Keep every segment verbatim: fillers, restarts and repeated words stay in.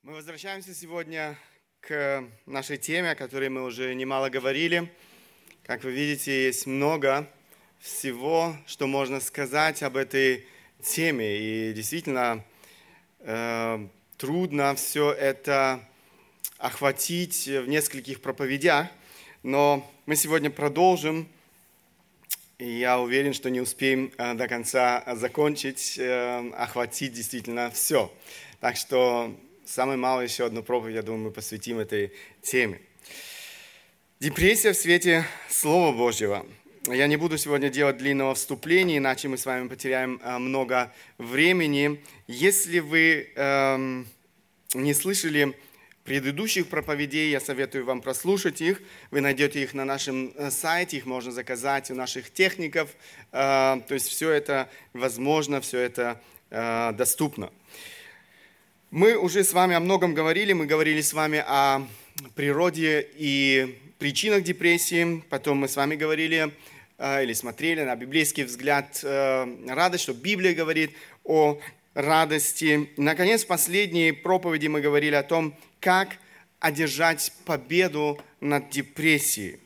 Мы возвращаемся сегодня к нашей теме, о которой мы уже немало говорили. Как вы видите, есть много всего, что можно сказать об этой теме. И действительно э, трудно все это охватить в нескольких проповедях. Но мы сегодня продолжим. И я уверен, что не успеем э, до конца закончить, э, охватить действительно все. Так что самое мало еще одну проповедь, я думаю, мы посвятим этой теме. Депрессия в свете Слова Божьего. Я не буду сегодня делать длинного вступления, иначе мы с вами потеряем э, много времени. Если вы э, не слышали предыдущих проповедей, я советую вам прослушать их. Вы найдете их на нашем сайте, их можно заказать у наших техников. То есть все это возможно, все это доступно. Мы уже с вами о многом говорили. Мы говорили с вами о природе и причинах депрессии. Потом мы с вами говорили или смотрели на библейский взгляд радость, что Библия говорит о радости. И, наконец, в последней проповеди мы говорили о том, как одержать победу над депрессией.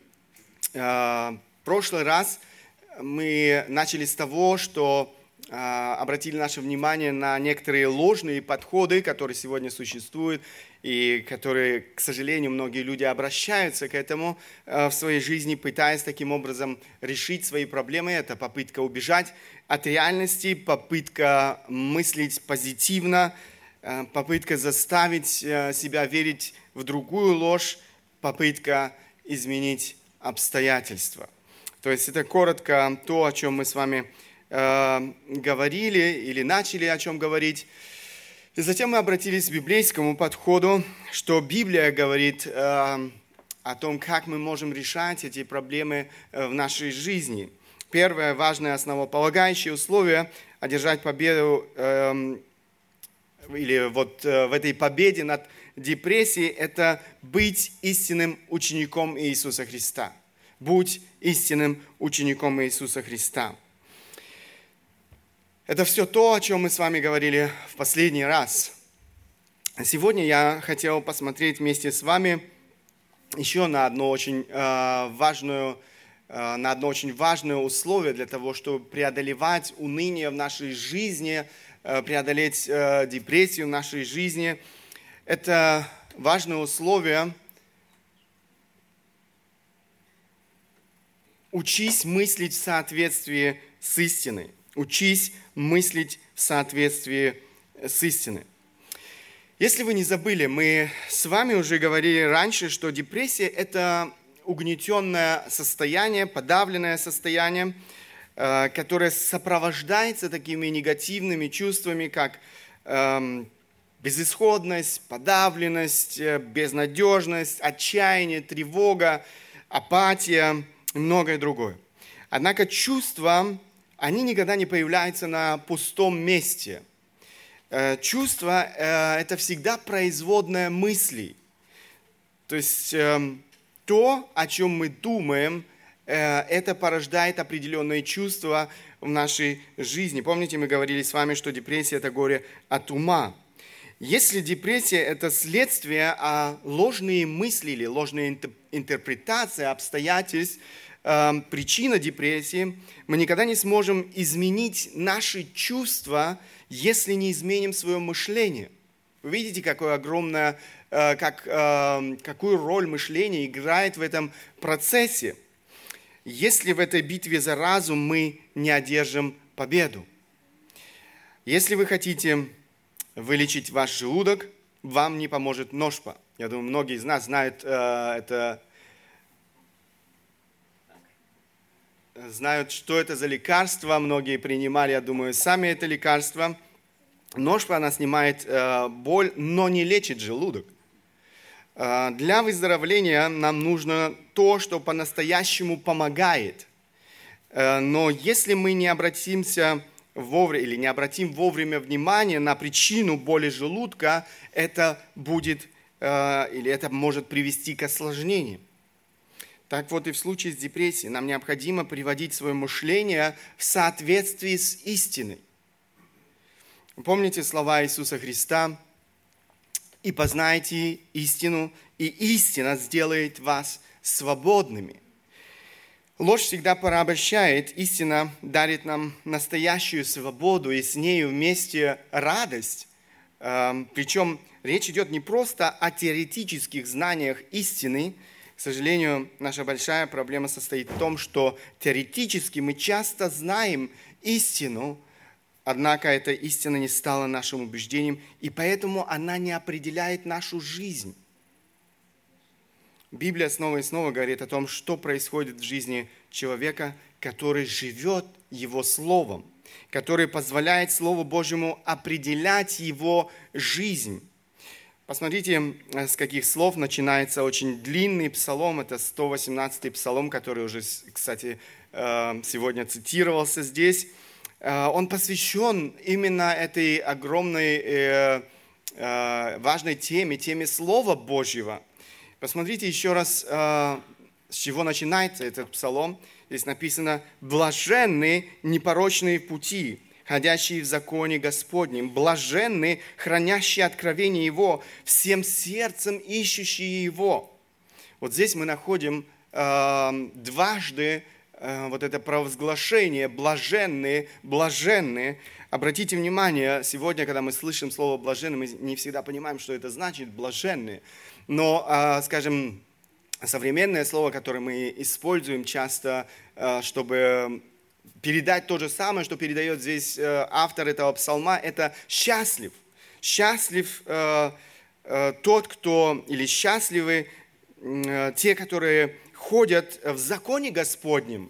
В прошлый раз мы начали с того, что обратили наше внимание на некоторые ложные подходы, которые сегодня существуют, и которые, к сожалению, многие люди обращаются к этому в своей жизни, пытаясь таким образом решить свои проблемы. Это попытка убежать от реальности, попытка мыслить позитивно, попытка заставить себя верить в другую ложь, попытка изменить обстоятельства. То есть это коротко то, о чем мы с вами э, говорили или начали о чем говорить. И затем мы обратились к библейскому подходу, что Библия говорит э, о том, как мы можем решать эти проблемы в нашей жизни. Первое важное основополагающее условие – одержать победу э, или вот в этой победе над депрессией, это быть истинным учеником Иисуса Христа. Будь истинным учеником Иисуса Христа. Это все то, о чем мы с вами говорили в последний раз. Сегодня я хотел посмотреть вместе с вами еще на одно очень э, важную, э, на одно очень важное условие для того, чтобы преодолевать уныние в нашей жизни, преодолеть э, депрессию в нашей жизни. Это важное условие. Учись мыслить в соответствии с истиной. Учись мыслить в соответствии с истиной. Если вы не забыли, мы с вами уже говорили раньше, что депрессия – это угнетенное состояние, подавленное состояние, которое сопровождается такими негативными чувствами, как эм, безысходность, подавленность, безнадежность, отчаяние, тревога, апатия и многое другое. Однако чувства, они никогда не появляются на пустом месте. Э, чувства э, – это всегда производная мысли. То есть э, то, о чем мы думаем, это порождает определенные чувства в нашей жизни. Помните, мы говорили с вами, что депрессия – это горе от ума. Если депрессия – это следствие, а ложные мысли или ложные интерпретации обстоятельств, э, причина депрессии, мы никогда не сможем изменить наши чувства, если не изменим свое мышление. Вы видите, какое огромное, э, как, э, какую роль мышление играет в этом процессе. Если в этой битве за разум мы не одержим победу. Если вы хотите вылечить ваш желудок, вам не поможет ножпа. Я думаю, многие из нас знают э, это, знают, что это за лекарство. Многие принимали, я думаю, сами это лекарство. Ножпа, она снимает э, боль, но не лечит желудок. Для выздоровления нам нужно то, что по-настоящему помогает. Но если мы не обратимся вовремя или не обратим вовремя внимание на причину боли желудка, это будет или это может привести к осложнениям. Так вот и в случае с депрессией нам необходимо приводить свое мышление в соответствии с истиной. Помните слова Иисуса Христа? и познайте истину, и истина сделает вас свободными». Ложь всегда порабощает, истина дарит нам настоящую свободу, и с нею вместе радость. Причем речь идет не просто о теоретических знаниях истины. К сожалению, наша большая проблема состоит в том, что теоретически мы часто знаем истину, однако эта истина не стала нашим убеждением, и поэтому она не определяет нашу жизнь. Библия снова и снова говорит о том, что происходит в жизни человека, который живет Его Словом, который позволяет Слову Божьему определять его жизнь. Посмотрите, с каких слов начинается очень длинный псалом. Это сто восемнадцатый псалом, который уже, кстати, сегодня цитировался здесь. Он посвящен именно этой огромной, важной теме, теме Слова Божьего. Посмотрите еще раз, с чего начинается этот псалом. Здесь написано: «Блаженны непорочные пути, ходящие в законе Господнем, блаженны, хранящие откровение Его, всем сердцем ищущие Его». Вот здесь мы находим э, дважды э, вот это провозглашение «блаженны», «блаженны». Обратите внимание, сегодня, когда мы слышим слово «блаженны», мы не всегда понимаем, что это значит «блаженны». Но, э, скажем, современное слово, которое мы используем часто, чтобы передать то же самое, что передает здесь автор этого псалма, это «счастлив». Счастлив тот, кто, или счастливы те, которые ходят в законе Господнем,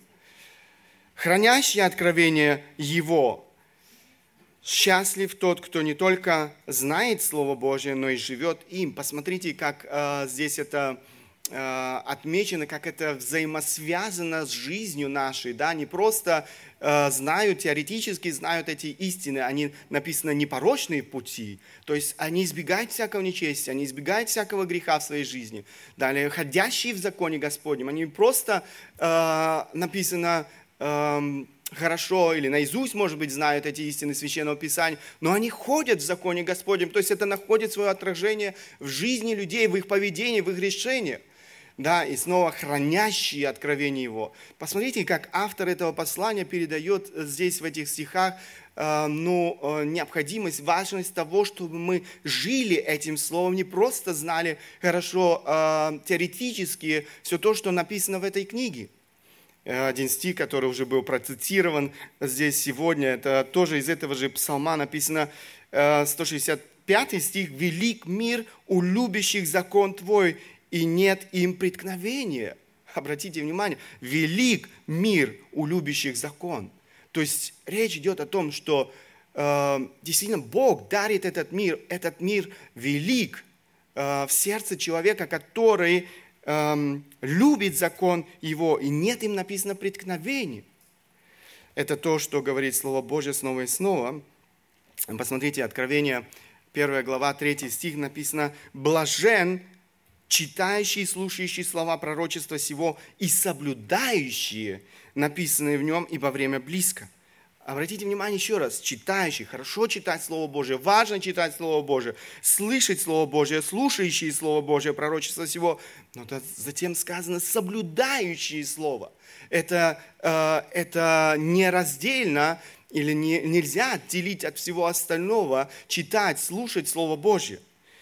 хранящие откровение Его. Счастлив тот, кто не только знает Слово Божие, но и живет им. Посмотрите, как здесь это отмечено, как это взаимосвязано с жизнью нашей, да, не просто э, знают, теоретически знают эти истины, они написано непорочные пути, то есть они избегают всякого нечестия, они избегают всякого греха в своей жизни. Далее, ходящие в законе Господнем, они просто э, написано э, хорошо или наизусть, может быть, знают эти истины Священного Писания, но они ходят в законе Господнем, то есть это находит свое отражение в жизни людей, в их поведении, в их решениях. Да, и снова хранящие откровение Его. Посмотрите, как автор этого послания передает здесь в этих стихах э, ну, э, необходимость, важность того, чтобы мы жили этим словом, не просто знали хорошо э, теоретически все то, что написано в этой книге. Один стих, который уже был процитирован здесь сегодня, это тоже из этого же псалма написано, э, сто шестьдесят пятый стих: «Велик мир у любящих закон Твой, и нет им преткновения». Обратите внимание, велик мир у любящих закон. То есть речь идет о том, что э, действительно Бог дарит этот мир. Этот мир велик э, в сердце человека, который э, любит закон Его, и нет им написано преткновения. Это то, что говорит Слово Божье снова и снова. Посмотрите, Откровение, первая глава, третий стих написано: «Блажен читающие и слушающие слова пророчества сего и соблюдающие написанные в нем, ибо время близко». Обратите внимание еще раз, читающие, хорошо читать Слово Божие, важно читать Слово Божие, слышать Слово Божие, слушающие Слово Божие, пророчество сего, но затем сказано соблюдающие Слово. Это, э, это нераздельно или не, нельзя отделить от всего остального, читать, слушать Слово Божие.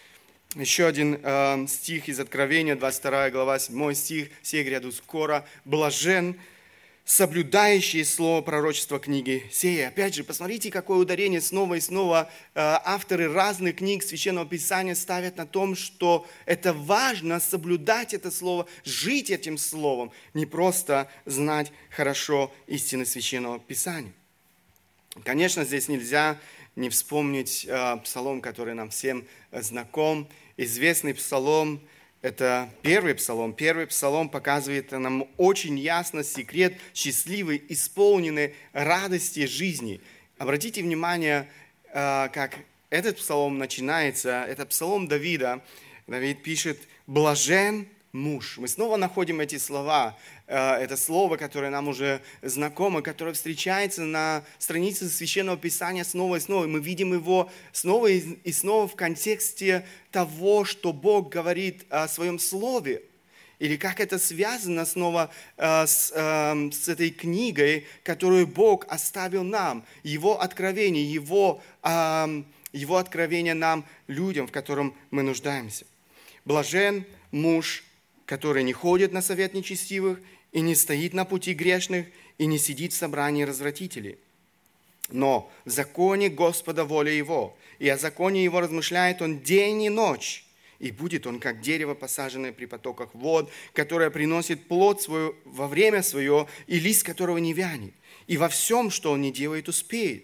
Еще один э, стих из Откровения, двадцать вторая глава, седьмой стих. «Сей гряду скоро, блажен, соблюдающие слово пророчества книги сей». Опять же, посмотрите, какое ударение снова и снова э, авторы разных книг Священного Писания ставят на том, что это важно соблюдать это слово, жить этим словом, не просто знать хорошо истины Священного Писания. Конечно, здесь нельзя не вспомнить э, псалом, который нам всем знаком. Известный псалом, это первый псалом. Первый псалом показывает нам очень ясно секрет счастливой, исполненной радости жизни. Обратите внимание, э, как этот псалом начинается. Это псалом Давида. Давид пишет: «Блажен муж. Мы снова находим эти слова. Это слово, которое нам уже знакомо, которое встречается на странице Священного Писания снова и снова. Мы видим его снова и снова в контексте того, что Бог говорит о своем слове. Или как это связано снова э, с, э, с этой книгой, которую Бог оставил нам. Его откровение, его, э, его откровение нам, людям, в котором мы нуждаемся. Блажен муж, который не ходит на совет нечестивых, и не стоит на пути грешных, и не сидит в собрании развратителей. Но в законе Господа воля его, и о законе его размышляет он день и ночь. И будет он, как дерево, посаженное при потоках вод, которое приносит плод свой во время свое, и лист которого не вянет. И во всем, что он не делает, успеет.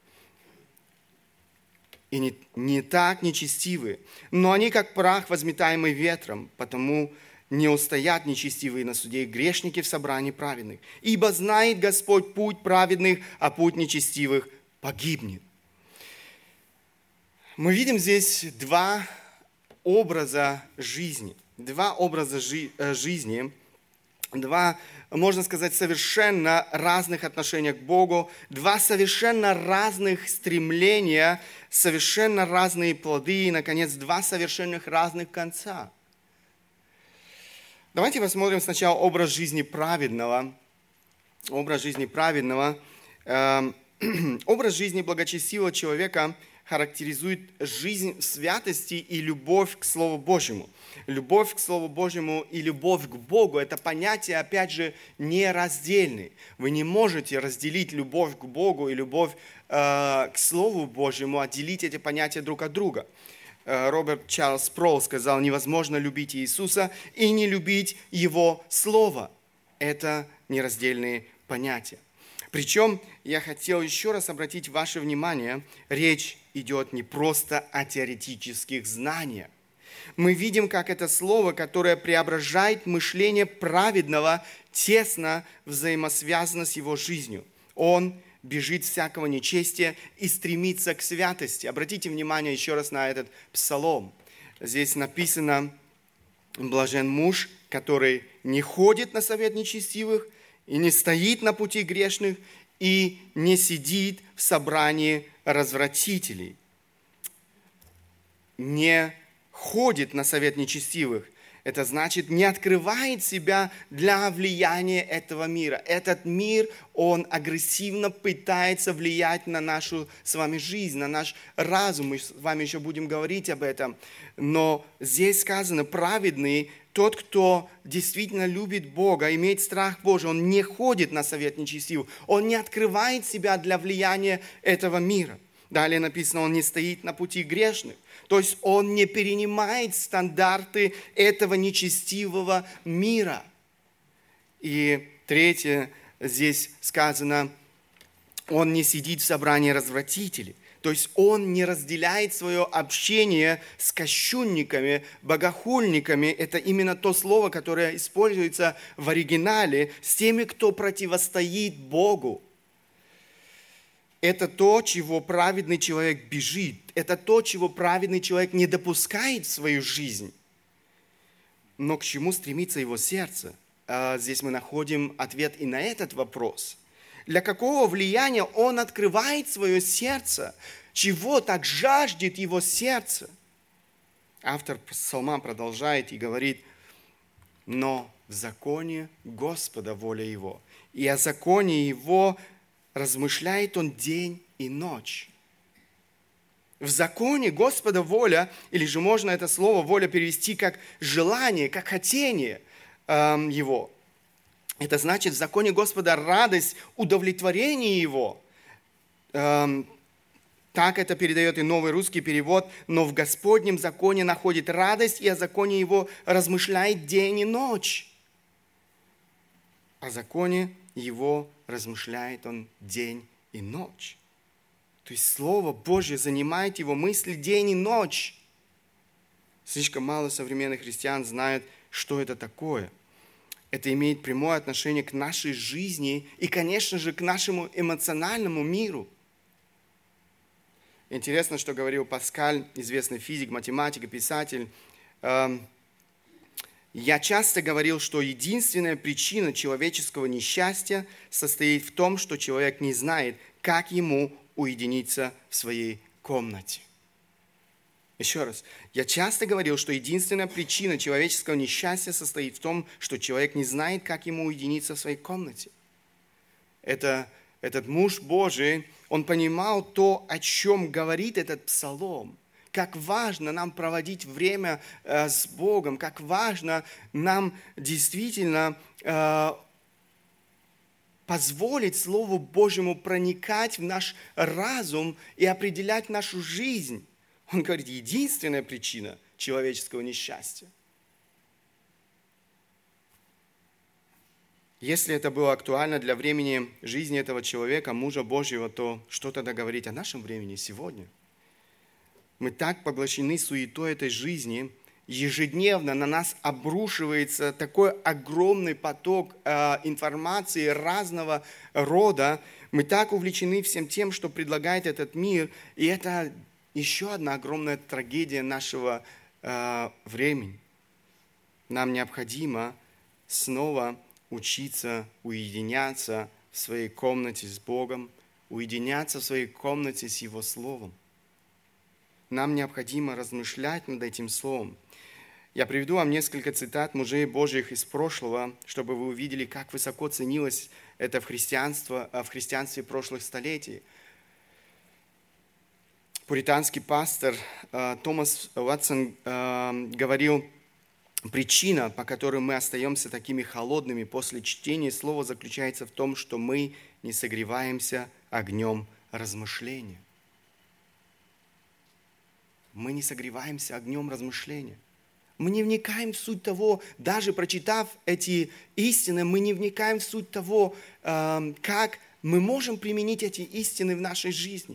И не, не так нечестивые, но они, как прах, возметаемый ветром, потому не устоят нечестивые на суде, и грешники в собрании праведных. Ибо знает Господь путь праведных, а путь нечестивых погибнет. Мы видим здесь два образа жизни. Два образа жи- жизни, два, можно сказать, совершенно разных отношения к Богу, два совершенно разных стремления, совершенно разные плоды и, наконец, два совершенно разных конца. Давайте посмотрим сначала образ жизни праведного. Образ жизни праведного. Э, образ жизни благочестивого человека характеризует жизнь в святости и любовь к Слову Божьему. Любовь к Слову Божьему и любовь к Богу – это понятия, опять же, нераздельные. Вы не можете разделить любовь к Богу и любовь э, к Слову Божьему, отделить эти понятия друг от друга. Э, Роберт Чарльз Спроул сказал: невозможно любить Иисуса и не любить Его Слово. Это нераздельные понятия. Причем я хотел еще раз обратить ваше внимание, речь идет не просто о теоретических знаниях. Мы видим, как это слово, которое преображает мышление праведного, тесно взаимосвязано с его жизнью. Он бежит всякого нечестия и стремится к святости. Обратите внимание еще раз на этот псалом. Здесь написано: блажен муж, который не ходит на совет нечестивых, и не стоит на пути грешных, и не сидит в собрании развратителей. Не ходит на совет нечестивых. Это значит, не открывает себя для влияния этого мира. Этот мир, он агрессивно пытается влиять на нашу с вами жизнь, на наш разум. Мы с вами еще будем говорить об этом. Но здесь сказано: праведный, тот, кто действительно любит Бога, имеет страх Божий, он не ходит на совет нечестивых, он не открывает себя для влияния этого мира. Далее написано: он не стоит на пути грешных. То есть он не перенимает стандарты этого нечестивого мира. И третье, здесь сказано: он не сидит в собрании развратителей. То есть он не разделяет свое общение с кощунниками, богохульниками. Это именно то слово, которое используется в оригинале, с теми, кто противостоит Богу. Это то, чего праведный человек бежит. Это то, чего праведный человек не допускает в свою жизнь. Но к чему стремится его сердце? Здесь мы находим ответ и на этот вопрос. Для какого влияния он открывает свое сердце? Чего так жаждет его сердце? Автор псалма продолжает и говорит: но в законе Господа воля его, и о законе его размышляет он день и ночь. В законе Господа воля, или же можно это слово воля перевести как желание, как хотение э, его. Это значит, в законе Господа радость, удовлетворение его. Э, так это передает и новый русский перевод. Но в Господнем законе находит радость, и о законе его размышляет день и ночь. О законе его размышляет он день и ночь. То есть Слово Божье занимает его мысли день и ночь. Слишком мало современных христиан знают, что это такое. Это имеет прямое отношение к нашей жизни и, конечно же, к нашему эмоциональному миру. Интересно, что говорил Паскаль, известный физик, математик и писатель. Я часто говорил, что единственная причина человеческого несчастья состоит в том, что человек не знает, как ему уединиться в своей комнате. Еще раз. Я часто говорил, что единственная причина человеческого несчастья состоит в том, что человек не знает, как ему уединиться в своей комнате. Это, этот муж Божий, он понимал то, о чем говорит этот псалом. Как важно нам проводить время э, с Богом, как важно нам действительно э, позволить Слову Божьему проникать в наш разум и определять нашу жизнь. Он говорит, единственная причина человеческого несчастья. Если это было актуально для времени жизни этого человека, мужа Божьего, то что тогда говорить о нашем времени сегодня? Мы так поглощены суетой этой жизни, ежедневно на нас обрушивается такой огромный поток э, информации разного рода. Мы так увлечены всем тем, что предлагает этот мир, и это еще одна огромная трагедия нашего э, времени. Нам необходимо снова учиться уединяться в своей комнате с Богом, уединяться в своей комнате с Его Словом. Нам необходимо размышлять над этим Словом. Я приведу вам несколько цитат мужей Божьих из прошлого, чтобы вы увидели, как высоко ценилось это в, христианство, в христианстве прошлых столетий. Пуританский пастор э, Томас Уотсон э, говорил, причина, по которой мы остаемся такими холодными после чтения слова, заключается в том, что мы не согреваемся огнем размышления. Мы не согреваемся огнем размышления. Мы не вникаем в суть того, даже прочитав эти истины, мы не вникаем в суть того, э, как мы можем применить эти истины в нашей жизни.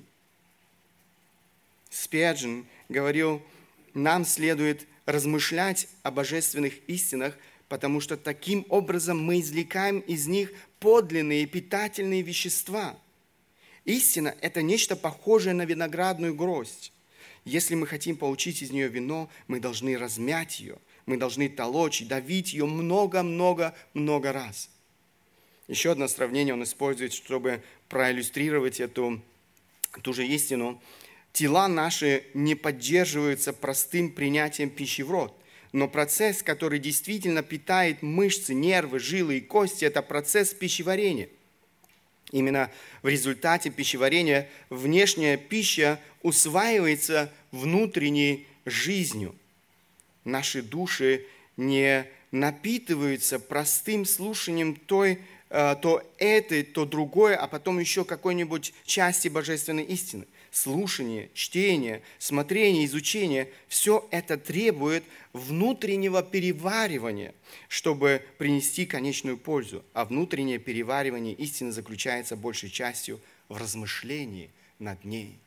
Спеджин говорил, нам следует размышлять о божественных истинах, потому что таким образом мы извлекаем из них подлинные питательные вещества. Истина – это нечто похожее на виноградную гроздь. Если мы хотим получить из нее вино, мы должны размять ее, мы должны толочь, давить ее много-много-много раз. Еще одно сравнение он использует, чтобы проиллюстрировать эту, ту же истину. Тела наши не поддерживаются простым принятием пищи в рот, но процесс, который действительно питает мышцы, нервы, жилы и кости, это процесс пищеварения. Именно в результате пищеварения внешняя пища усваивается внутренней жизнью. Наши души не напитываются простым слушанием той, то этой, то другой, а потом еще какой-нибудь части божественной истины. Слушание, чтение, смотрение, изучение – все это требует внутреннего переваривания, чтобы принести конечную пользу. А внутреннее переваривание истины заключается большей частью в размышлении над ней.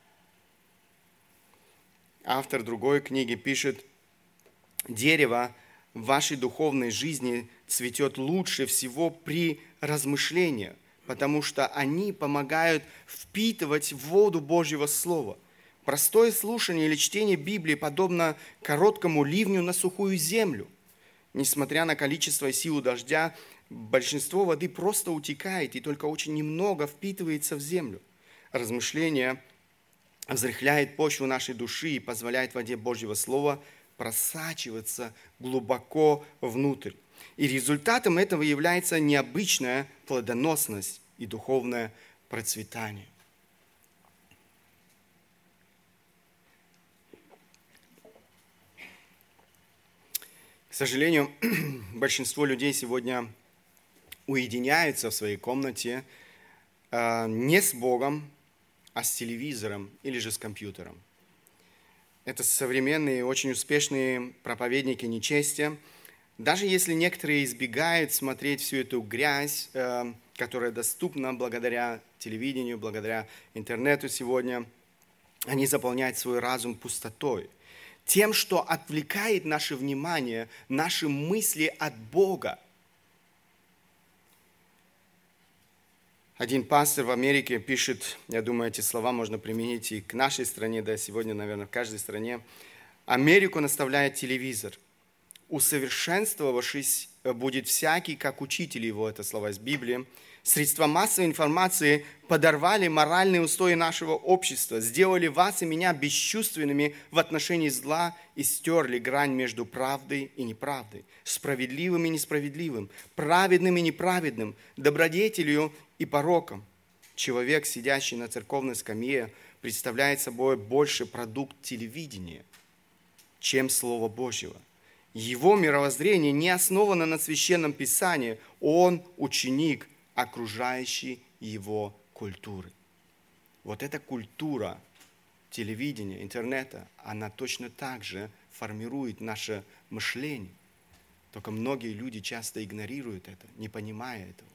Автор другой книги пишет, «Дерево в вашей духовной жизни цветет лучше всего при размышлениях, потому что они помогают впитывать воду Божьего Слова. Простое слушание или чтение Библии подобно короткому ливню на сухую землю. Несмотря на количество и силу дождя, большинство воды просто утекает, и только очень немного впитывается в землю. Размышление взрыхляет почву нашей души и позволяет воде Божьего Слова просачиваться глубоко внутрь. И результатом этого является необычная плодоносность и духовное процветание. К сожалению, большинство людей сегодня уединяются в своей комнате не с Богом, а с телевизором или же с компьютером. Это современные, очень успешные проповедники нечестия. Даже если некоторые избегают смотреть всю эту грязь, э, которая доступна благодаря телевидению, благодаря интернету сегодня, они заполняют свой разум пустотой. Тем, что отвлекает наше внимание, наши мысли от Бога. Один пастор в Америке пишет, я думаю, эти слова можно применить и к нашей стране, да, сегодня, наверное, в каждой стране. Америку наставляет телевизор. усовершенствовавшись будет всякий, как учитель его, это слова из Библии. Средства массовой информации подорвали моральные устои нашего общества, сделали вас и меня бесчувственными в отношении зла и стерли грань между правдой и неправдой, справедливым и несправедливым, праведным и неправедным, добродетелью и пороком. Человек, сидящий на церковной скамье, представляет собой больше продукт телевидения, чем Слово Божьего. Его мировоззрение не основано на Священном Писании, он ученик окружающей его культуры. Вот эта культура телевидения, интернета, она точно так же формирует наше мышление. Только многие люди часто игнорируют это, не понимая этого.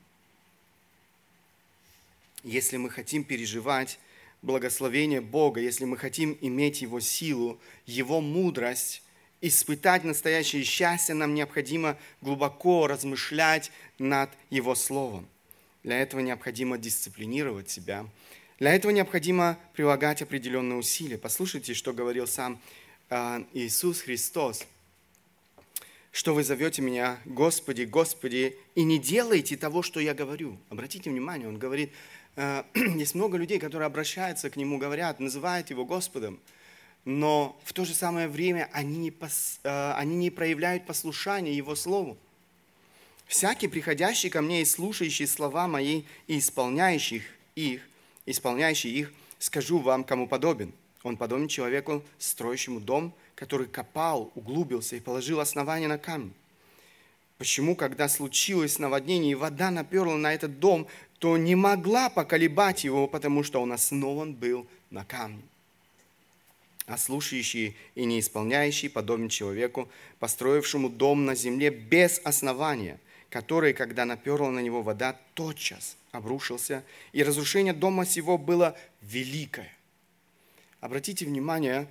Если мы хотим переживать благословение Бога, если мы хотим иметь Его силу, Его мудрость, испытать настоящее счастье, нам необходимо глубоко размышлять над Его Словом. Для этого необходимо дисциплинировать себя. Для этого необходимо прилагать определенные усилия. Послушайте, что говорил сам Иисус Христос. Что вы зовете меня, Господи, Господи, и не делаете того, что я говорю. Обратите внимание, он говорит, есть много людей, которые обращаются к Нему, говорят, называют Его Господом, но в то же самое время они не, пос, они не проявляют послушания Его Слову. Всякий, приходящий ко мне и слушающий слова мои, и исполняющий их, исполняющий их, скажу вам, кому подобен. Он подобен человеку, строящему дом, который копал, углубился и положил основание на камень. Почему, когда случилось наводнение, и вода наперла на этот дом, то не могла поколебать его, потому что он основан был на камне. А слушающий и не исполняющий подобен человеку, построившему дом на земле без основания, который, когда наперла на него вода, тотчас обрушился, и разрушение дома сего было великое. Обратите внимание,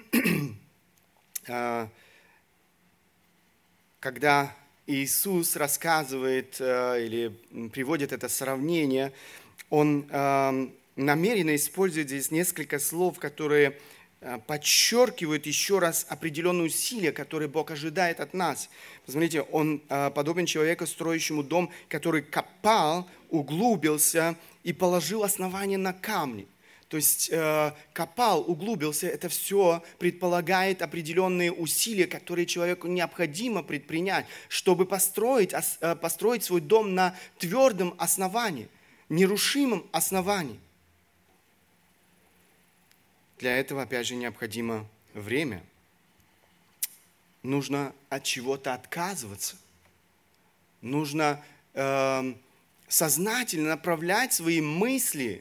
когда Иисус рассказывает или приводит это сравнение, Он намеренно использует здесь несколько слов, которые подчеркивают еще раз определенные усилия, которые Бог ожидает от нас. Посмотрите, Он подобен человеку, строящему дом, который копал, углубился и положил основание на камни. То есть копал, углубился, это все предполагает определенные усилия, которые человеку необходимо предпринять, чтобы построить, построить свой дом на твердом основании, нерушимом основании. Для этого, опять же, необходимо время. Нужно от чего-то отказываться. Нужно э, сознательно направлять свои мысли.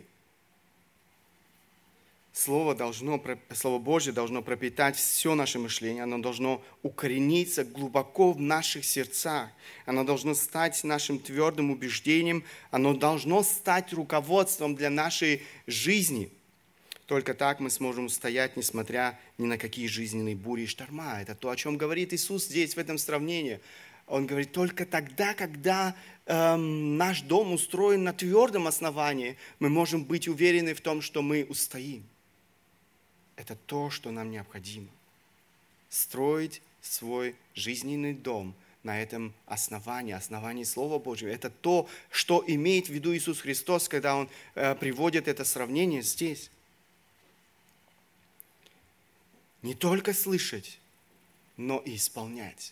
Слово, должно, Слово Божье должно пропитать все наше мышление. Оно должно укорениться глубоко в наших сердцах. Оно должно стать нашим твердым убеждением. Оно должно стать руководством для нашей жизни. Только так мы сможем устоять, несмотря ни на какие жизненные бури и шторма. Это то, о чем говорит Иисус здесь, в этом сравнении. Он говорит, только тогда, когда эм, наш дом устроен на твердом основании, мы можем быть уверены в том, что мы устоим. Это то, что нам необходимо. Строить свой жизненный дом на этом основании, основании Слова Божьего. Это то, что имеет в виду Иисус Христос, когда Он э, приводит это сравнение здесь. Не только слышать, но и исполнять.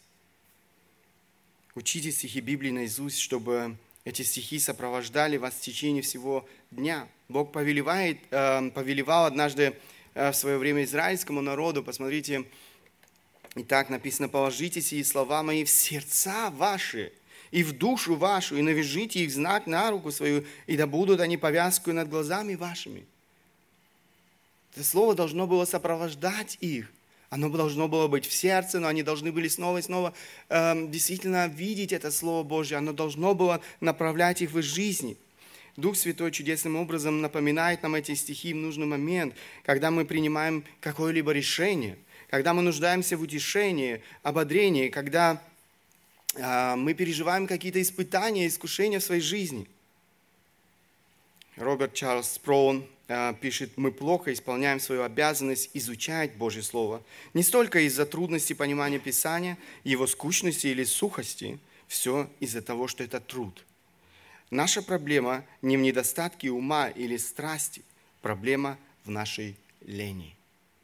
Учите стихи Библии наизусть, чтобы эти стихи сопровождали вас в течение всего дня. Бог повелевает, э, повелевал однажды э, в свое время израильскому народу, посмотрите, и так написано, «Положите сии слова мои в сердца ваши, и в душу вашу, и навяжите их знак на руку свою, и да будут они повязкой над глазами вашими». Это слово должно было сопровождать их. Оно должно было быть в сердце, но они должны были снова и снова э, действительно видеть это Слово Божье. Оно должно было направлять их в их жизни. Дух Святой чудесным образом напоминает нам эти стихи в нужный момент, когда мы принимаем какое-либо решение, когда мы нуждаемся в утешении, ободрении, когда э, мы переживаем какие-то испытания, искушения в своей жизни. Роберт Чарльз Спроун пишет, мы плохо исполняем свою обязанность изучать Божье Слово. Не столько из-за трудности понимания Писания, его скучности или сухости, все из-за того, что это труд. Наша проблема не в недостатке ума или страсти, проблема в нашей лени.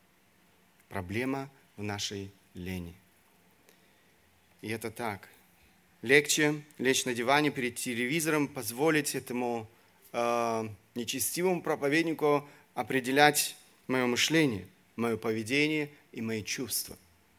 Проблема в нашей лени. И это так. Легче лечь на диване перед телевизором, позволить этому э, нечестивому проповеднику определять мое мышление, мое поведение и мои чувства.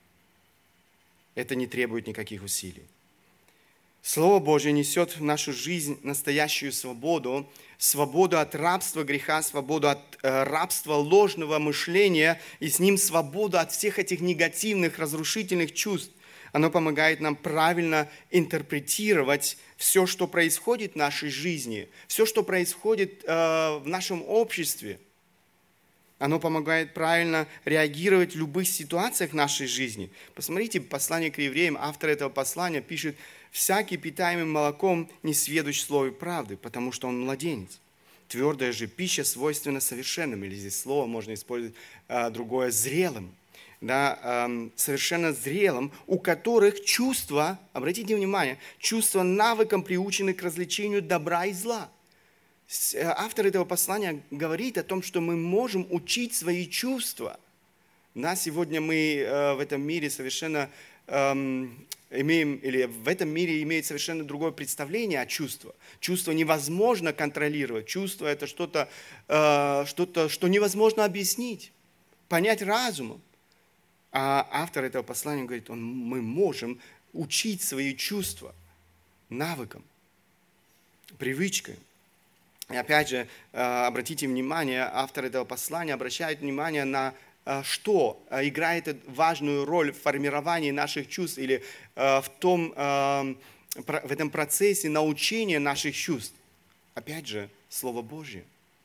Это не требует никаких усилий. Слово Божье несет в нашу жизнь настоящую свободу, свободу от рабства греха, свободу от э, рабства ложного мышления и с ним свободу от всех этих негативных, разрушительных чувств. Оно помогает нам правильно интерпретировать все, что происходит в нашей жизни, все, что происходит э, в нашем обществе. Оно помогает правильно реагировать в любых ситуациях нашей жизни. Посмотрите, послание к евреям, автор этого послания пишет: «Всякий, питаемый молоком, не сведущ в слове правды, потому что он младенец. Твердая же пища свойственна совершенным». Или здесь слово можно использовать э, другое, зрелым. Да, э, совершенно зрелым, у которых чувства, обратите внимание, чувства навыком приучены к развлечению добра и зла. Автор этого послания говорит о том, что мы можем учить свои чувства. Да, сегодня мы э, в этом мире совершенно э, имеем, или в этом мире имеет совершенно другое представление о чувствах. Чувство невозможно контролировать. Чувство – это что-то, э, что-то, что невозможно объяснить, понять разумом. А автор этого послания говорит, он, мы можем учить свои чувства навыкам, привычкам. И опять же, обратите внимание, автор этого послания обращает внимание на что играет важную роль в формировании наших чувств или в, том, в этом процессе научения наших чувств. Опять же, Слово Божье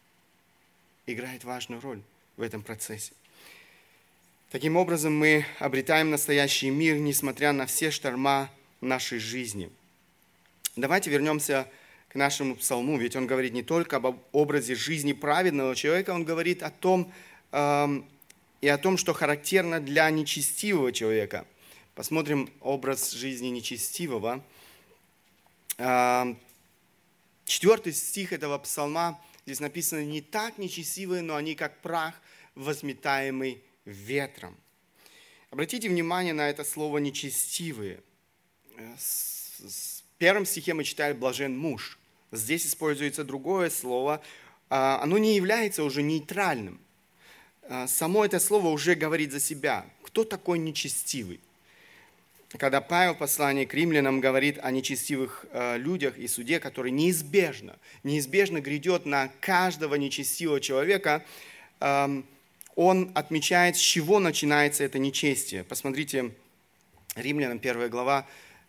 играет важную роль в этом процессе. Таким образом, мы обретаем настоящий мир, несмотря на все шторма нашей жизни. Давайте вернемся к нашему псалму, ведь он говорит не только об образе жизни праведного человека, он говорит о том, э, и о том, что характерно для нечестивого человека. Посмотрим образ жизни нечестивого. Э, четвертый стих этого псалма, здесь написано: «Не так нечестивые, но они как прах, возметаемый ветром». Обратите внимание на это слово «нечестивые». В первом стихе мы читали «блажен муж». Здесь используется другое слово. Оно не является уже нейтральным. Само это слово уже говорит за себя. Кто такой нечестивый? Когда Павел в послании к римлянам говорит о нечестивых людях и суде, который неизбежно, неизбежно грядет на каждого нечестивого человека, он отмечает, с чего начинается это нечестие. Посмотрите, Римлянам первая глава,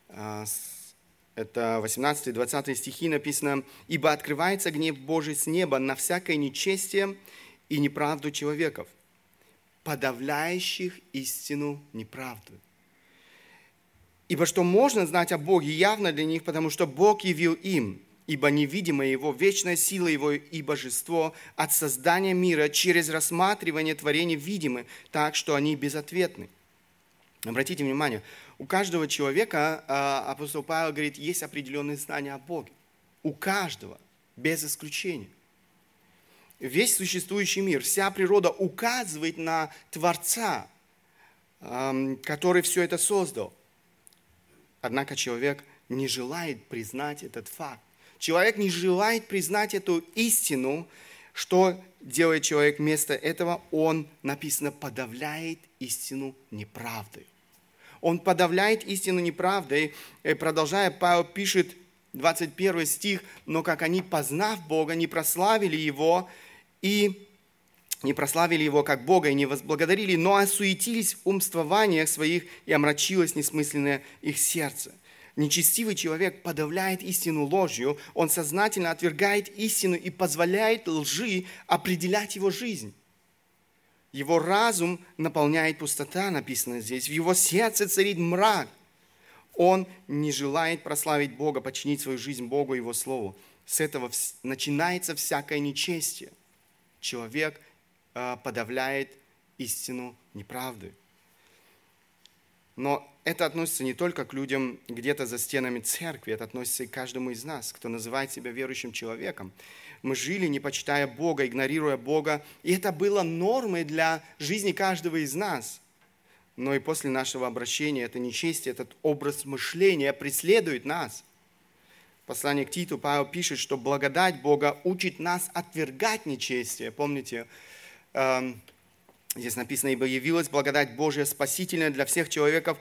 это восемнадцатый-двадцатый стихи написано: «Ибо открывается гнев Божий с неба на всякое нечестие и неправду человеков, подавляющих истину неправду. Ибо что можно знать о Боге явно для них, потому что Бог явил им, ибо невидимая Его, вечная сила Его и божество от создания мира через рассматривание творений видимы, так что они безответны». Обратите внимание, у каждого человека, апостол Павел говорит, есть определенные знания о Боге. У каждого, без исключения. Весь существующий мир, вся природа указывает на Творца, который все это создал. Однако человек не желает признать этот факт. Человек не желает признать эту истину. Что делает человек вместо этого? Он, написано, подавляет истину неправдой. Он подавляет истину неправдой. И продолжая, Павел пишет, двадцать первый стих: «Но как они, познав Бога, не прославили Его, и не прославили Его как Бога, и не возблагодарили, но осуетились в умствованиях своих, и омрачилось несмысленное их сердце». Нечестивый человек подавляет истину ложью, он сознательно отвергает истину и позволяет лжи определять его жизнь. Его разум наполняет пустота, написано здесь, в его сердце царит мрак. Он не желает прославить Бога, подчинить свою жизнь Богу и Его Слову. С этого начинается всякое нечестие. человек э, подавляет истину неправды. Но это относится не только к людям где-то за стенами церкви, это относится и к каждому из нас, кто называет себя верующим человеком. Мы жили, не почитая Бога, игнорируя Бога, и это было нормой для жизни каждого из нас. Но и после нашего обращения это нечестие, этот образ мышления преследует нас. В послании к Титу Павел пишет, что благодать Бога учит нас отвергать нечестие. Помните, эм, здесь написано: «Ибо явилась благодать Божия спасительная для всех человеков,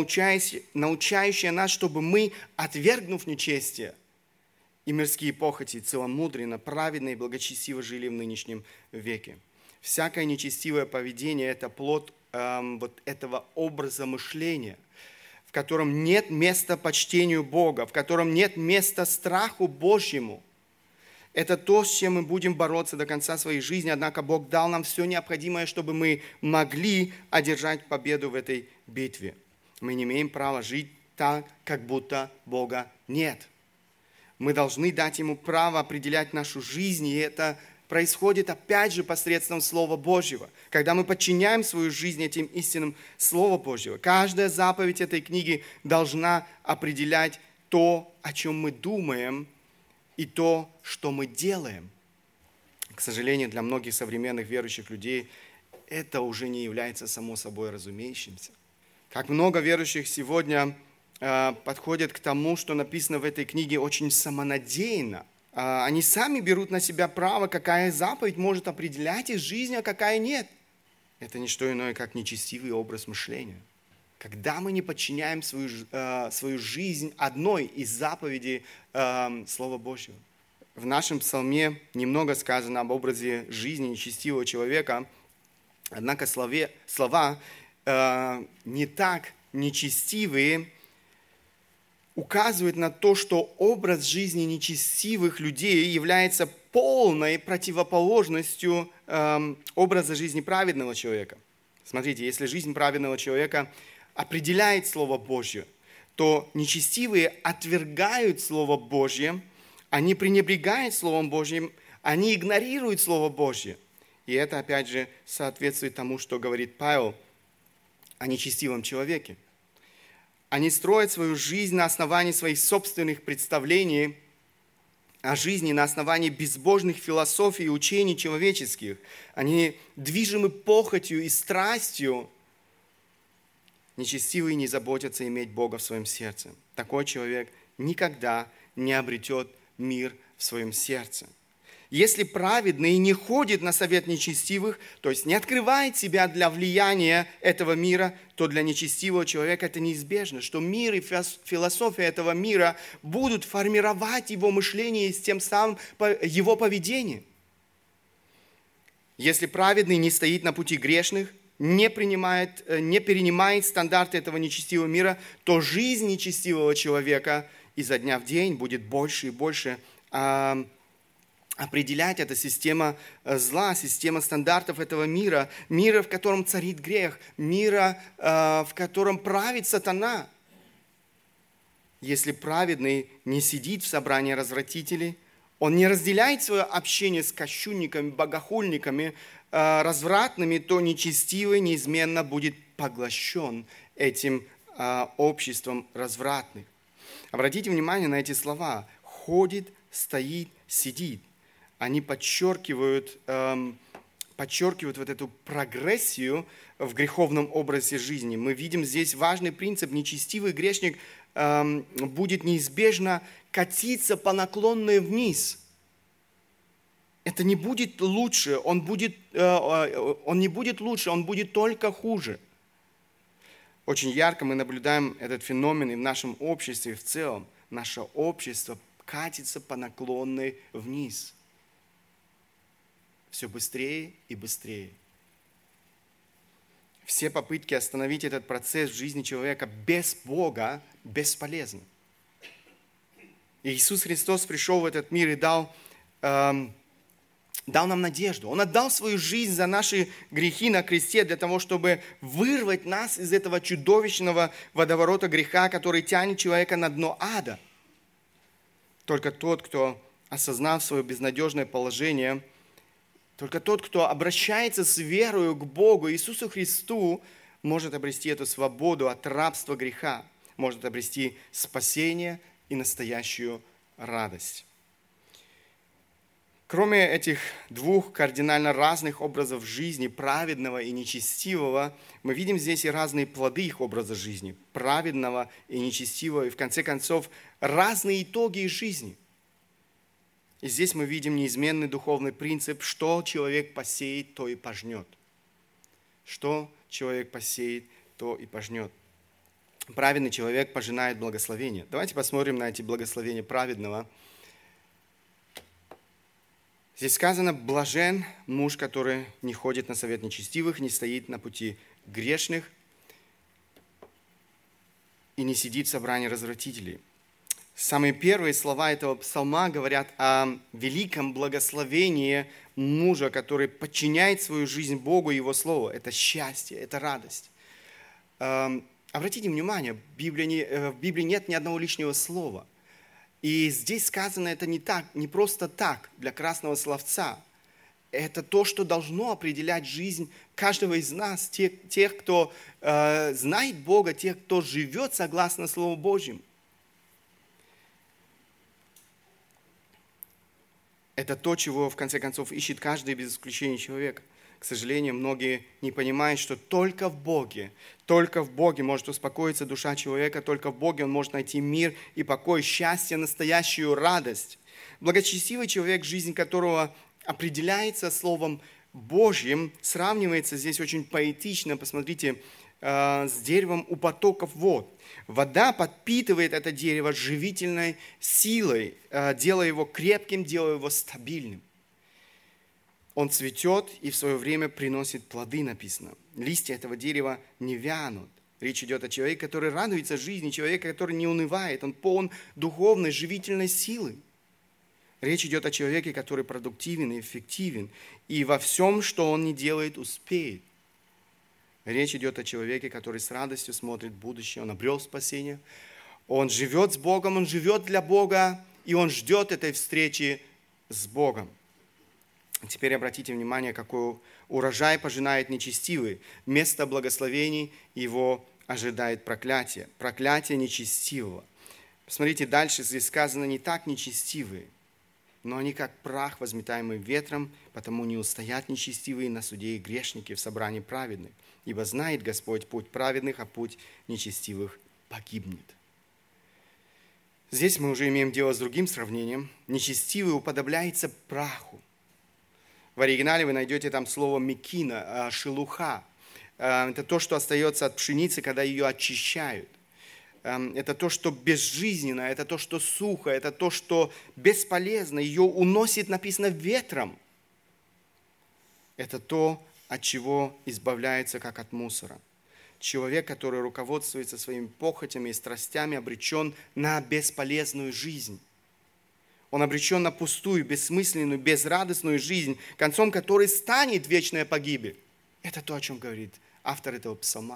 научающая нас, чтобы мы, отвергнув нечестие и мирские похоти, целомудренно, праведно и благочестиво жили в нынешнем веке». Всякое нечестивое поведение – это плод эм, вот этого образа мышления, в котором нет места почтению Бога, в котором нет места страху Божьему. Это то, с чем мы будем бороться до конца своей жизни, однако Бог дал нам все необходимое, чтобы мы могли одержать победу в этой битве. Мы не имеем права жить так, как будто Бога нет. Мы должны дать Ему право определять нашу жизнь, и это происходит опять же посредством Слова Божьего. Когда мы подчиняем свою жизнь этим истинам Слова Божьего, каждая заповедь этой книги должна определять то, о чем мы думаем, и то, что мы делаем. К сожалению, для многих современных верующих людей это уже не является само собой разумеющимся. Как много верующих сегодня э, подходят к тому, что написано в этой книге, очень самонадеянно. Э, они сами берут на себя право, какая заповедь может определять их жизнь, а какая нет. Это не что иное, как нечестивый образ мышления. Когда мы не подчиняем свою, э, свою жизнь одной из заповедей э, Слова Божьего. В нашем псалме немного сказано об образе жизни нечестивого человека, однако слове, слова э, не так нечестивые указывают на то, что образ жизни нечестивых людей является полной противоположностью э, образа жизни праведного человека. Смотрите, если жизнь праведного человека определяет Слово Божье, то нечестивые отвергают Слово Божье, они пренебрегают Словом Божьим, они игнорируют Слово Божье. И это, опять же, соответствует тому, что говорит Павел о нечестивом человеке. Они строят свою жизнь на основании своих собственных представлений о жизни, на основании безбожных философий и учений человеческих. Они движимы похотью и страстью. Нечестивые не заботятся иметь Бога в своем сердце. Такой человек никогда не обретет мир в своем сердце. Если праведный не ходит на совет нечестивых, то есть не открывает себя для влияния этого мира, то для нечестивого человека это неизбежно, что мир и философия этого мира будут формировать его мышление и тем самым его поведение. Если праведный не стоит на пути грешных, не принимает, не перенимает стандарты этого нечестивого мира, то жизнь нечестивого человека изо дня в день будет больше и больше а, определять эта система зла, система стандартов этого мира, мира, в котором царит грех, мира, а, в котором правит сатана. Если праведный не сидит в собрании развратителей, он не разделяет свое общение с кощунниками, богохульниками, развратными, то нечестивый неизменно будет поглощен этим а, обществом развратных. Обратите внимание на эти слова. Ходит, стоит, сидит. Они подчеркивают, эм, подчеркивают вот эту прогрессию в греховном образе жизни. Мы видим здесь важный принцип. Нечестивый грешник эм, будет неизбежно катиться по наклонной вниз. Это не будет лучше, он, будет, он не будет лучше, он будет только хуже. Очень ярко мы наблюдаем этот феномен и в нашем обществе в целом. Наше общество катится по наклонной вниз. Все быстрее и быстрее. Все попытки остановить этот процесс в жизни человека без Бога бесполезны. Иисус Христос пришел в этот мир и дал... Эм, дал нам надежду. Он отдал свою жизнь за наши грехи на кресте для того, чтобы вырвать нас из этого чудовищного водоворота греха, который тянет человека на дно ада. Только тот, кто, осознав свое безнадежное положение, Только тот, кто обращается с верою к Богу, Иисусу Христу, может обрести эту свободу от рабства греха, может обрести спасение и настоящую радость. Кроме этих двух кардинально разных образов жизни, праведного и нечестивого, мы видим здесь и разные плоды их образа жизни, праведного и нечестивого, и в конце концов разные итоги их жизни. И здесь мы видим неизменный духовный принцип, что человек посеет, то и пожнет. Что человек посеет, то и пожнет. Праведный человек пожинает благословение. Давайте посмотрим на эти благословения праведного. Здесь сказано: блажен муж, который не ходит на совет нечестивых, не стоит на пути грешных и не сидит в собрании развратителей. Самые первые слова этого псалма говорят о великом благословении мужа, который подчиняет свою жизнь Богу и Его Слову. Это счастье, это радость. Обратите внимание, в Библии, не, в Библии нет ни одного лишнего слова. И здесь сказано это не так, не просто так, для красного словца. Это то, что должно определять жизнь каждого из нас, тех, тех кто э, знает Бога, тех, кто живет согласно Слову Божьему. Это то, чего в конце концов ищет каждый без исключения человек. К сожалению, многие не понимают, что только в Боге, только в Боге может успокоиться душа человека, только в Боге он может найти мир и покой, счастье, настоящую радость. Благочестивый человек, жизнь которого определяется Словом Божьим, сравнивается здесь очень поэтично, посмотрите, с деревом у потоков вод. Вода подпитывает это дерево живительной силой, делая его крепким, делая его стабильным. Он цветет и в свое время приносит плоды, написано. Листья этого дерева не вянут. Речь идет о человеке, который радуется жизни, человеке, который не унывает, он полон духовной, живительной силы. Речь идет о человеке, который продуктивен и эффективен, и во всем, что он не делает, успеет. Речь идет о человеке, который с радостью смотрит в будущее, он обрел спасение, он живет с Богом, он живет для Бога, и он ждет этой встречи с Богом. Теперь обратите внимание, какой урожай пожинает нечестивый. Вместо благословений его ожидает проклятие. Проклятие нечестивого. Посмотрите, дальше здесь сказано: не так нечестивые, но они как прах, возметаемый ветром, потому не устоят нечестивые на суде и грешники в собрании праведных. Ибо знает Господь путь праведных, а путь нечестивых погибнет. Здесь мы уже имеем дело с другим сравнением. Нечестивый уподобляется праху. В оригинале вы найдете там слово мекина, шелуха. Это то, что остается от пшеницы, когда ее очищают. Это то, что безжизненно, это то, что сухо, это то, что бесполезно. Ее уносит, написано, ветром. Это то, от чего избавляется, как от мусора. Человек, который руководствуется своими похотями и страстями, обречен на бесполезную жизнь. Он обречен на пустую, бессмысленную, безрадостную жизнь, концом которой станет вечная погибель. Это то, о чем говорит автор этого псалма.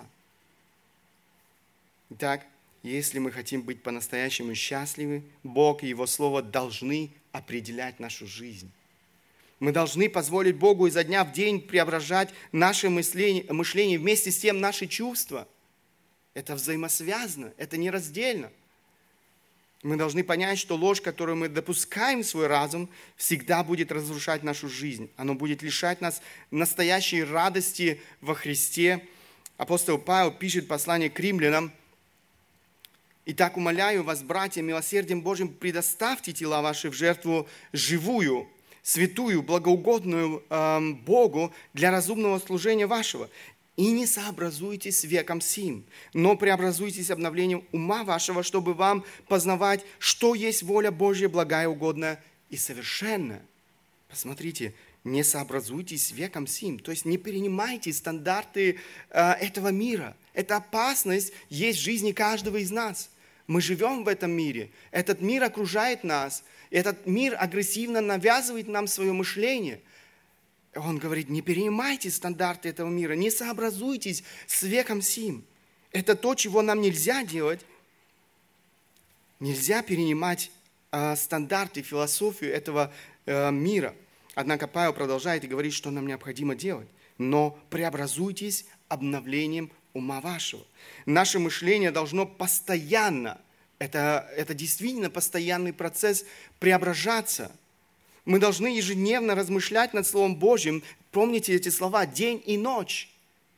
Итак, если мы хотим быть по-настоящему счастливы, Бог и Его Слово должны определять нашу жизнь. Мы должны позволить Богу изо дня в день преображать наше мышление, мышление, вместе с тем наши чувства. Это взаимосвязано, это нераздельно. Мы должны понять, что ложь, которую мы допускаем в свой разум, всегда будет разрушать нашу жизнь. Оно будет лишать нас настоящей радости во Христе. Апостол Павел пишет послание к римлянам: «Итак, умоляю вас, братья, милосердием Божьим, предоставьте тела ваши в жертву живую, святую, благоугодную э, Богу для разумного служения вашего. И не сообразуйтесь с веком сим, но преобразуйтесь обновлением ума вашего, чтобы вам познавать, что есть воля Божья, благая, угодная и совершенная». Посмотрите, не сообразуйтесь с веком сим, то есть не перенимайте стандарты э, этого мира. Это опасность есть в жизни каждого из нас. Мы живем в этом мире, этот мир окружает нас, этот мир агрессивно навязывает нам свое мышление. Он говорит: не перенимайте стандарты этого мира, не сообразуйтесь с веком сим. Это то, чего нам нельзя делать. Нельзя перенимать э, стандарты, философию этого э, мира. Однако Павел продолжает и говорит, что нам необходимо делать. Но преобразуйтесь обновлением ума вашего. Наше мышление должно постоянно, это, это действительно постоянный процесс, преображаться. Мы должны ежедневно размышлять над Словом Божьим. Помните эти слова «день и ночь».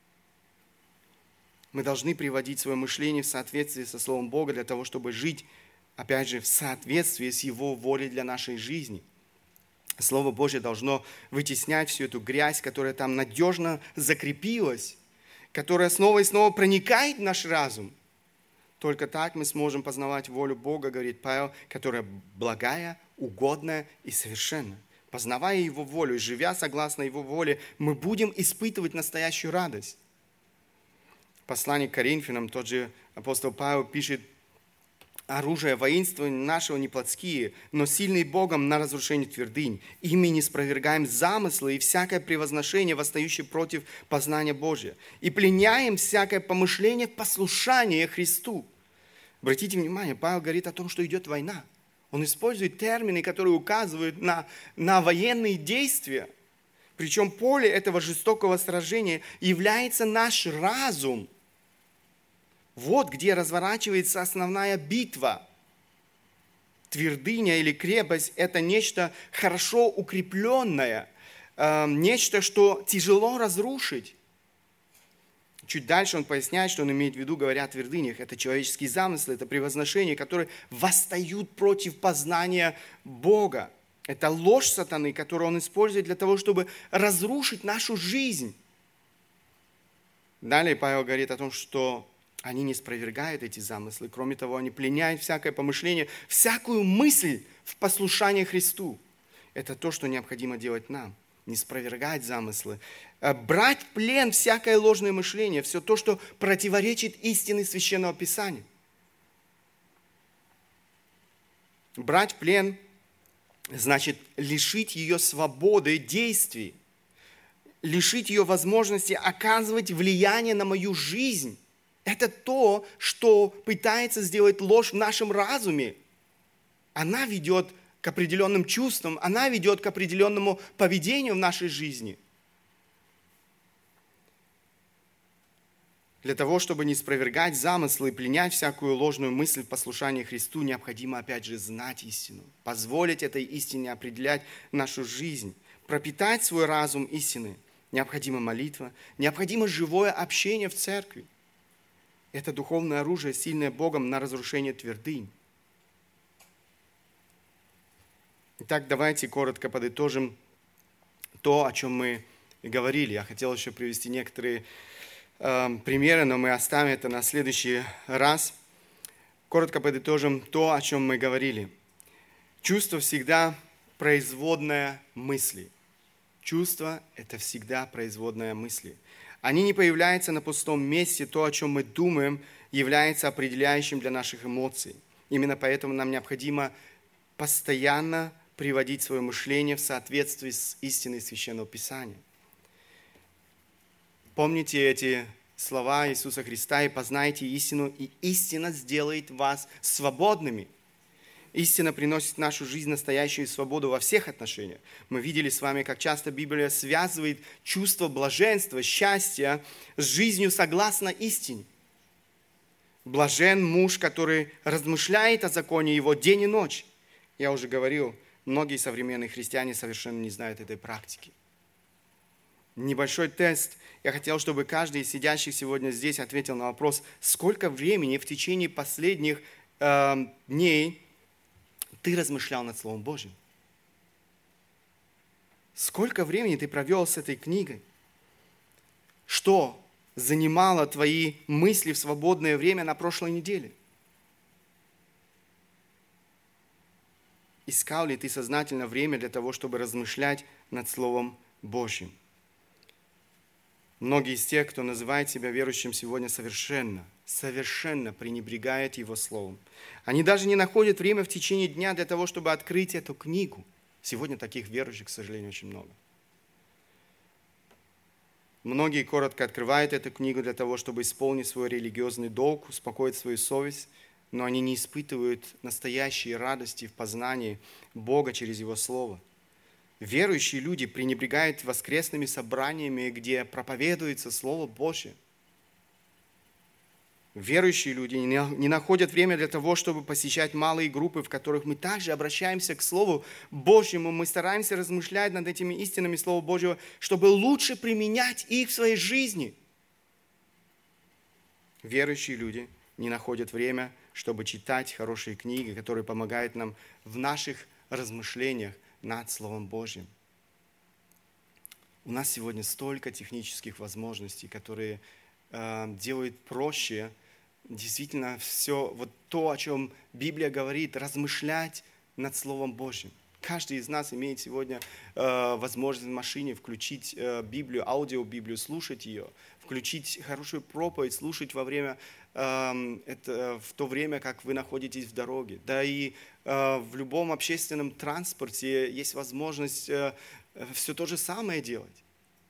Мы должны приводить свое мышление в соответствии со Словом Бога для того, чтобы жить, опять же, в соответствии с Его волей для нашей жизни. Слово Божье должно вытеснять всю эту грязь, которая там надежно закрепилась, которая снова и снова проникает в наш разум. Только так мы сможем познавать волю Бога, говорит Павел, которая благая, угодная и совершенна. Познавая Его волю и живя согласно Его воле, мы будем испытывать настоящую радость. Послание к Коринфянам, тот же апостол Павел пишет: оружие воинствования нашего не плотские, но сильные Богом на разрушение твердынь. Ими не спровергаем замыслы и всякое превозношение, восстающее против познания Божия. И пленяем всякое помышление в послушание Христу. Обратите внимание, Павел говорит о том, что идет война. Он использует термины, которые указывают на, на военные действия. Причем поле этого жестокого сражения является наш разум. Вот где разворачивается основная битва. Твердыня или крепость – это нечто хорошо укрепленное, э, нечто, что тяжело разрушить. Чуть дальше он поясняет, что он имеет в виду, говоря о твердынях. Это человеческие замыслы, это превозношения, которые восстают против познания Бога. Это ложь сатаны, которую он использует для того, чтобы разрушить нашу жизнь. Далее Павел говорит о том, что они не спровергают эти замыслы. Кроме того, они пленяют всякое помышление, всякую мысль в послушание Христу. Это то, что необходимо делать нам. Не спровергать замыслы. Брать в плен всякое ложное мышление, все то, что противоречит истине Священного Писания. Брать в плен значит лишить ее свободы действий, лишить ее возможности оказывать влияние на мою жизнь. Это то, что пытается сделать ложь в нашем разуме. Она ведет к определенным чувствам, она ведет к определенному поведению в нашей жизни. Для того, чтобы не спровергать замыслы и пленять всякую ложную мысль в послушании Христу, необходимо, опять же, знать истину, позволить этой истине определять нашу жизнь, пропитать свой разум истиной. Необходима молитва, необходимо живое общение в церкви. Это духовное оружие, сильное Богом на разрушение твердынь. Итак, давайте коротко подытожим то, о чем мы говорили. Я хотел еще привести некоторые э, примеры, но мы оставим это на следующий раз. Коротко подытожим то, о чем мы говорили. Чувство всегда производное мысли. Чувство – это всегда производная мысли. Они не появляются на пустом месте. То, о чем мы думаем, является определяющим для наших эмоций. Именно поэтому нам необходимо постоянно приводить свое мышление в соответствии с истиной Священного Писания. Помните эти слова Иисуса Христа: «И познайте истину, и истина сделает вас свободными». Истина приносит в нашу жизнь настоящую свободу во всех отношениях. Мы видели с вами, как часто Библия связывает чувство блаженства, счастья с жизнью согласно истине. Блажен муж, который размышляет о законе его день и ночь. Я уже говорил, многие современные христиане совершенно не знают этой практики. Небольшой тест. Я хотел, чтобы каждый из сидящих сегодня здесь ответил на вопрос: сколько времени в течение последних э, дней ты размышлял над Словом Божьим? Сколько времени ты провел с этой книгой? Что занимало твои мысли в свободное время на прошлой неделе? Искал ли ты сознательно время для того, чтобы размышлять над Словом Божьим? Многие из тех, кто называет себя верующим сегодня, совершенно, совершенно пренебрегают Его Словом. Они даже не находят время в течение дня для того, чтобы открыть эту книгу. Сегодня таких верующих, к сожалению, очень много. Многие коротко открывают эту книгу для того, чтобы исполнить свой религиозный долг, успокоить свою совесть, но они не испытывают настоящей радости в познании Бога через Его Слово. Верующие люди пренебрегают воскресными собраниями, где проповедуется Слово Божье. Верующие люди не находят время для того, чтобы посещать малые группы, в которых мы также обращаемся к Слову Божьему. Мы стараемся размышлять над этими истинами Слова Божьего, чтобы лучше применять их в своей жизни. Верующие люди не находят время, чтобы читать хорошие книги, которые помогают нам в наших размышлениях над Словом Божьим. У нас сегодня столько технических возможностей, которые э, делают проще действительно все, вот то, о чем Библия говорит, размышлять над Словом Божьим. Каждый из нас имеет сегодня э, возможность в машине включить э, Библию, аудиобиблию, слушать ее, включить хорошую проповедь, слушать во время, э, это, в то время, как вы находитесь в дороге. Да и э, в любом общественном транспорте есть возможность э, все то же самое делать.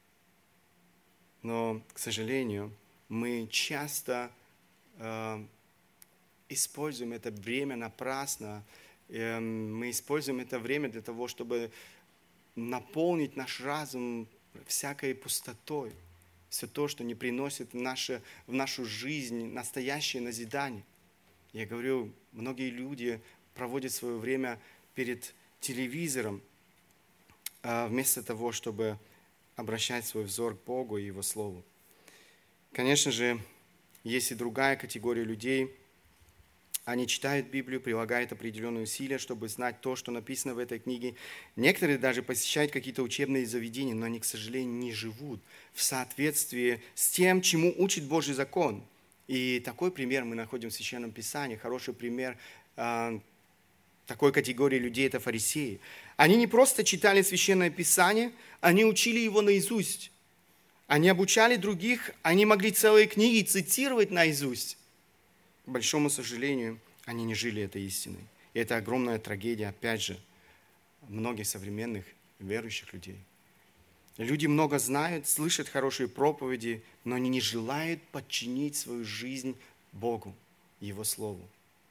Но, к сожалению, мы часто э, используем это время напрасно. Э, мы используем это время для того, чтобы наполнить наш разум всякой пустотой. Все то, что не приносит в, наше, в нашу жизнь настоящее назидание. Я говорю, многие люди проводят свое время перед телевизором, э, вместо того, чтобы обращать свой взор к Богу и Его Слову. Конечно же, есть и другая категория людей. Они читают Библию, прилагают определенные усилия, чтобы знать то, что написано в этой книге. Некоторые даже посещают какие-то учебные заведения, но они, к сожалению, не живут в соответствии с тем, чему учит Божий закон. И такой пример мы находим в Священном Писании. Хороший пример э, такой категории людей – это фарисеи. Они не просто читали Священное Писание, они учили его наизусть. Они обучали других, они могли целые книги цитировать наизусть. К большому сожалению, они не жили этой истиной. И это огромная трагедия, опять же, многих современных верующих людей. Люди много знают, слышат хорошие проповеди, но они не желают подчинить свою жизнь Богу, Его Слову.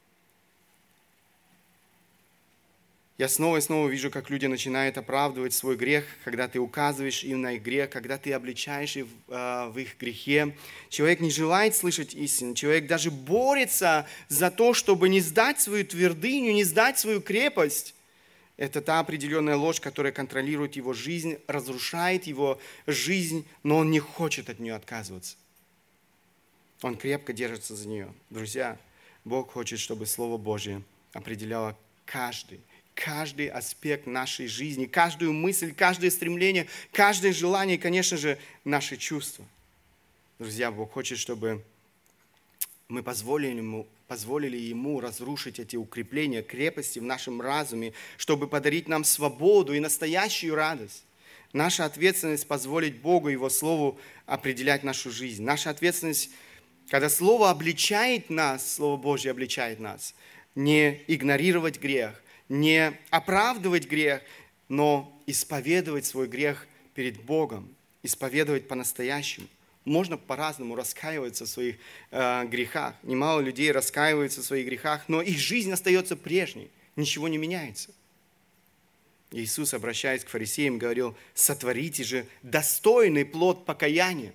Я снова и снова вижу, как люди начинают оправдывать свой грех, когда ты указываешь им на их грех, когда ты обличаешь их в их грехе. Человек не желает слышать истину, человек даже борется за то, чтобы не сдать свою твердыню, не сдать свою крепость. Это та определенная ложь, которая контролирует его жизнь, разрушает его жизнь, но он не хочет от нее отказываться. Он крепко держится за нее. Друзья, Бог хочет, чтобы Слово Божье определяло каждый, каждый аспект нашей жизни, каждую мысль, каждое стремление, каждое желание и, конечно же, наши чувства. Друзья, Бог хочет, чтобы мы позволили Ему, позволили Ему разрушить эти укрепления, крепости в нашем разуме, чтобы подарить нам свободу и настоящую радость. Наша ответственность позволить Богу и Его Слову определять нашу жизнь. Наша ответственность, когда Слово обличает нас, Слово Божье обличает нас, не игнорировать грех, не оправдывать грех, но исповедовать свой грех перед Богом, исповедовать по-настоящему. Можно по-разному раскаиваться в своих э, грехах. Немало людей раскаиваются в своих грехах, но их жизнь остается прежней, ничего не меняется. Иисус, обращаясь к фарисеям, говорил: сотворите же достойный плод покаяния.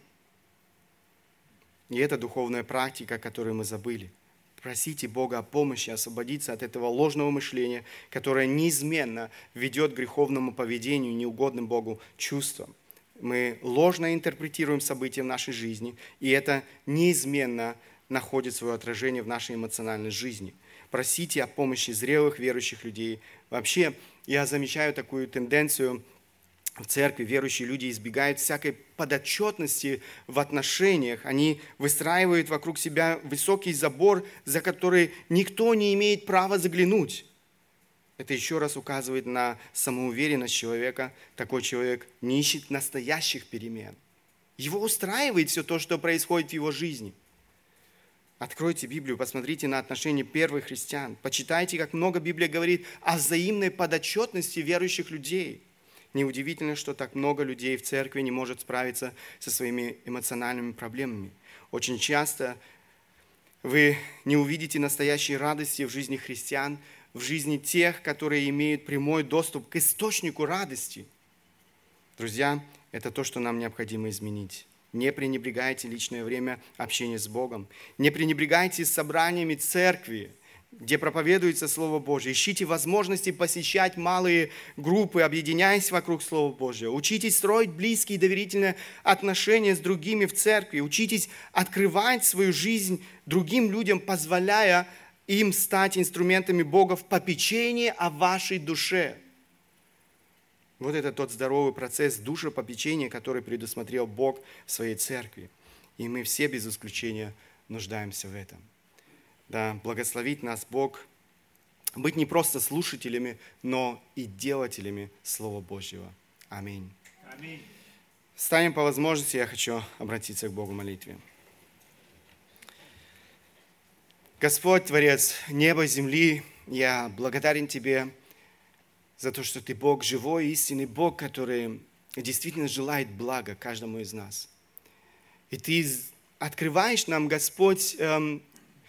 И это духовная практика, которую мы забыли. Просите Бога о помощи, освободиться от этого ложного мышления, которое неизменно ведет к греховному поведению, неугодным Богу чувствам. Мы ложно интерпретируем события в нашей жизни, и это неизменно находит свое отражение в нашей эмоциональной жизни. Просите о помощи зрелых верующих людей. Вообще, я замечаю такую тенденцию в церкви. Верующие люди избегают всякой подотчетности в отношениях. Они выстраивают вокруг себя высокий забор, за который никто не имеет права заглянуть. Это еще раз указывает на самоуверенность человека. Такой человек не ищет настоящих перемен. Его устраивает все то, что происходит в его жизни. Откройте Библию, посмотрите на отношения первых христиан. Почитайте, как много Библия говорит о взаимной подотчетности верующих людей. Неудивительно, что так много людей в церкви не может справиться со своими эмоциональными проблемами. Очень часто вы не увидите настоящей радости в жизни христиан в жизни тех, которые имеют прямой доступ к источнику радости. Друзья, это то, что нам необходимо изменить. Не пренебрегайте личное время общения с Богом. Не пренебрегайте собраниями церкви, где проповедуется Слово Божье. Ищите возможности посещать малые группы, объединяясь вокруг Слова Божьего. Учитесь строить близкие и доверительные отношения с другими в церкви. Учитесь открывать свою жизнь другим людям, позволяя им стать инструментами Бога в попечении о вашей душе. Вот это тот здоровый процесс душепопечения, который предусмотрел Бог в своей церкви. И мы все без исключения нуждаемся в этом. Да, благословить нас Бог, быть не просто слушателями, но и делателями Слова Божьего. Аминь. Аминь. Встанем по возможности, я хочу обратиться к Богу в молитве. Господь, Творец неба и земли, я благодарен Тебе за то, что Ты Бог живой, истинный Бог, который действительно желает блага каждому из нас. И Ты открываешь нам, Господь, эм,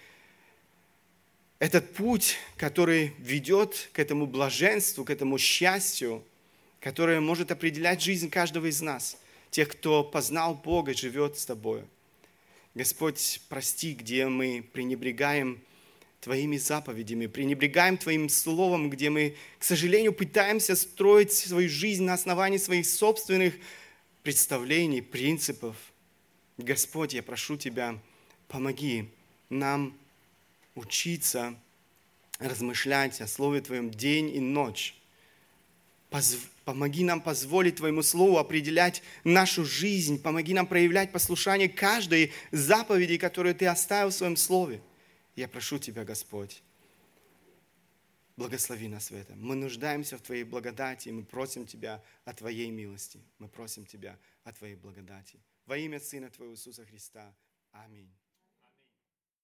этот путь, который ведет к этому блаженству, к этому счастью, которое может определять жизнь каждого из нас, тех, кто познал Бога, живет с Тобою. Господь, прости, где мы пренебрегаем Твоими заповедями, пренебрегаем Твоим Словом, где мы, к сожалению, пытаемся строить свою жизнь на основании своих собственных представлений, принципов. Господь, я прошу Тебя, помоги нам учиться размышлять о Слове Твоем день и ночь. Позв... Помоги нам позволить Твоему Слову определять нашу жизнь. Помоги нам проявлять послушание каждой заповеди, которую Ты оставил в Своем Слове. Я прошу Тебя, Господь, благослови нас в этом. Мы нуждаемся в Твоей благодати, и мы просим Тебя о Твоей милости. Мы просим Тебя о Твоей благодати. Во имя Сына Твоего Иисуса Христа. Аминь.